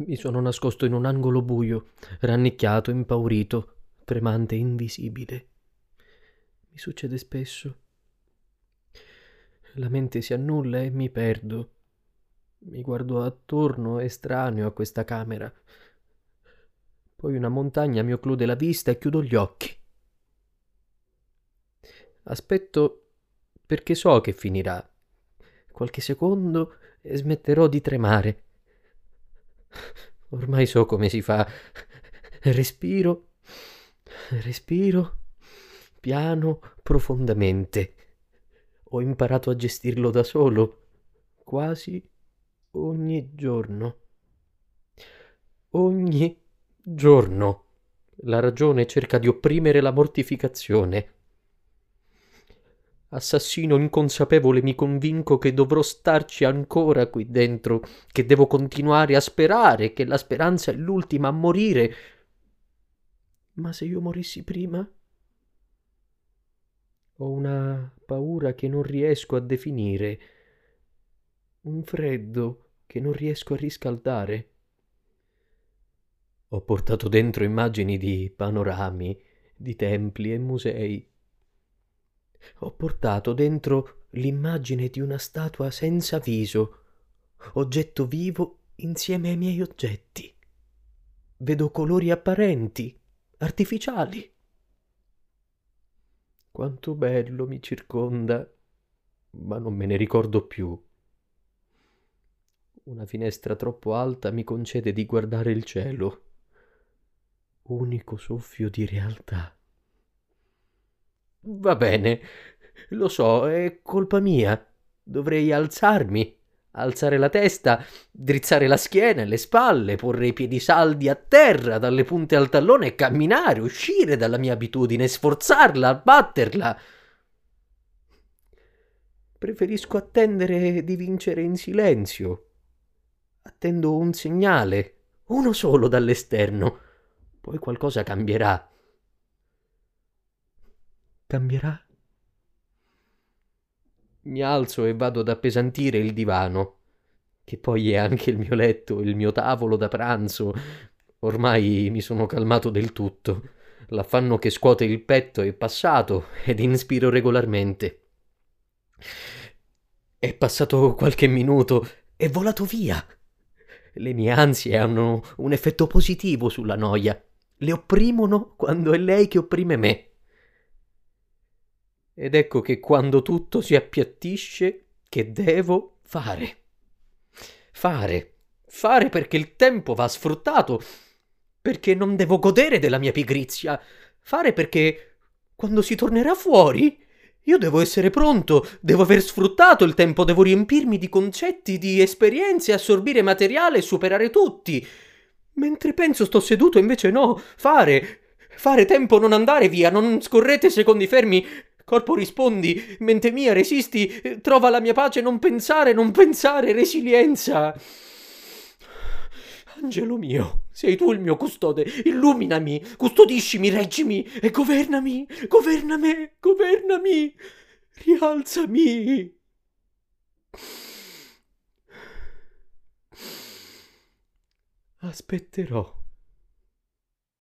Mi sono nascosto in un angolo buio, rannicchiato, impaurito, tremante e invisibile. Mi succede spesso. La mente si annulla e mi perdo. Mi guardo attorno, estraneo a questa camera. Poi una montagna mi occlude la vista e chiudo gli occhi. Aspetto perché so che finirà. Qualche secondo e smetterò di tremare. Ormai so come si fa. Respiro, respiro, piano, profondamente. Ho imparato a gestirlo da solo, quasi ogni giorno. Ogni giorno. La ragione cerca di opprimere la mortificazione. Assassino inconsapevole, mi convinco che dovrò starci ancora qui dentro, che devo continuare a sperare, che la speranza è l'ultima a morire. Ma se io morissi prima? Ho una paura che non riesco a definire, un freddo che non riesco a riscaldare. Ho portato dentro immagini di panorami, di templi e musei. Ho portato dentro l'immagine di una statua senza viso, oggetto vivo insieme ai miei oggetti. Vedo colori apparenti, artificiali. Quanto bello mi circonda, ma non me ne ricordo più. Una finestra troppo alta mi concede di guardare il cielo. Unico soffio di realtà. Va bene, lo so, è colpa mia. Dovrei alzarmi, alzare la testa, drizzare la schiena e le spalle, porre i piedi saldi a terra dalle punte al tallone e camminare, uscire dalla mia abitudine, sforzarla, batterla. Preferisco attendere di vincere in silenzio. Attendo un segnale, uno solo dall'esterno. Poi qualcosa cambierà. Cambierà? Mi alzo e vado ad appesantire il divano, che poi è anche il mio letto, il mio tavolo da pranzo. Ormai mi sono calmato del tutto. L'affanno che scuote il petto è passato ed inspiro regolarmente. È passato qualche minuto, è volato via. Le mie ansie hanno un effetto positivo sulla noia. Le opprimono quando è lei che opprime me. Ed ecco che quando tutto si appiattisce, che devo fare? Fare. Fare perché il tempo va sfruttato, perché non devo godere della mia pigrizia. Fare perché quando si tornerà fuori io devo essere pronto, devo aver sfruttato il tempo, devo riempirmi di concetti, di esperienze, assorbire materiale e superare tutti. Mentre penso sto seduto, invece no, fare tempo, non andare via, non scorrete secondi fermi. Corpo rispondi, mente mia resisti, trova la mia pace, non pensare, non pensare, resilienza. Angelo mio, sei tu il mio custode, illuminami, custodiscimi, reggimi e governami, governami, governami, rialzami. Aspetterò.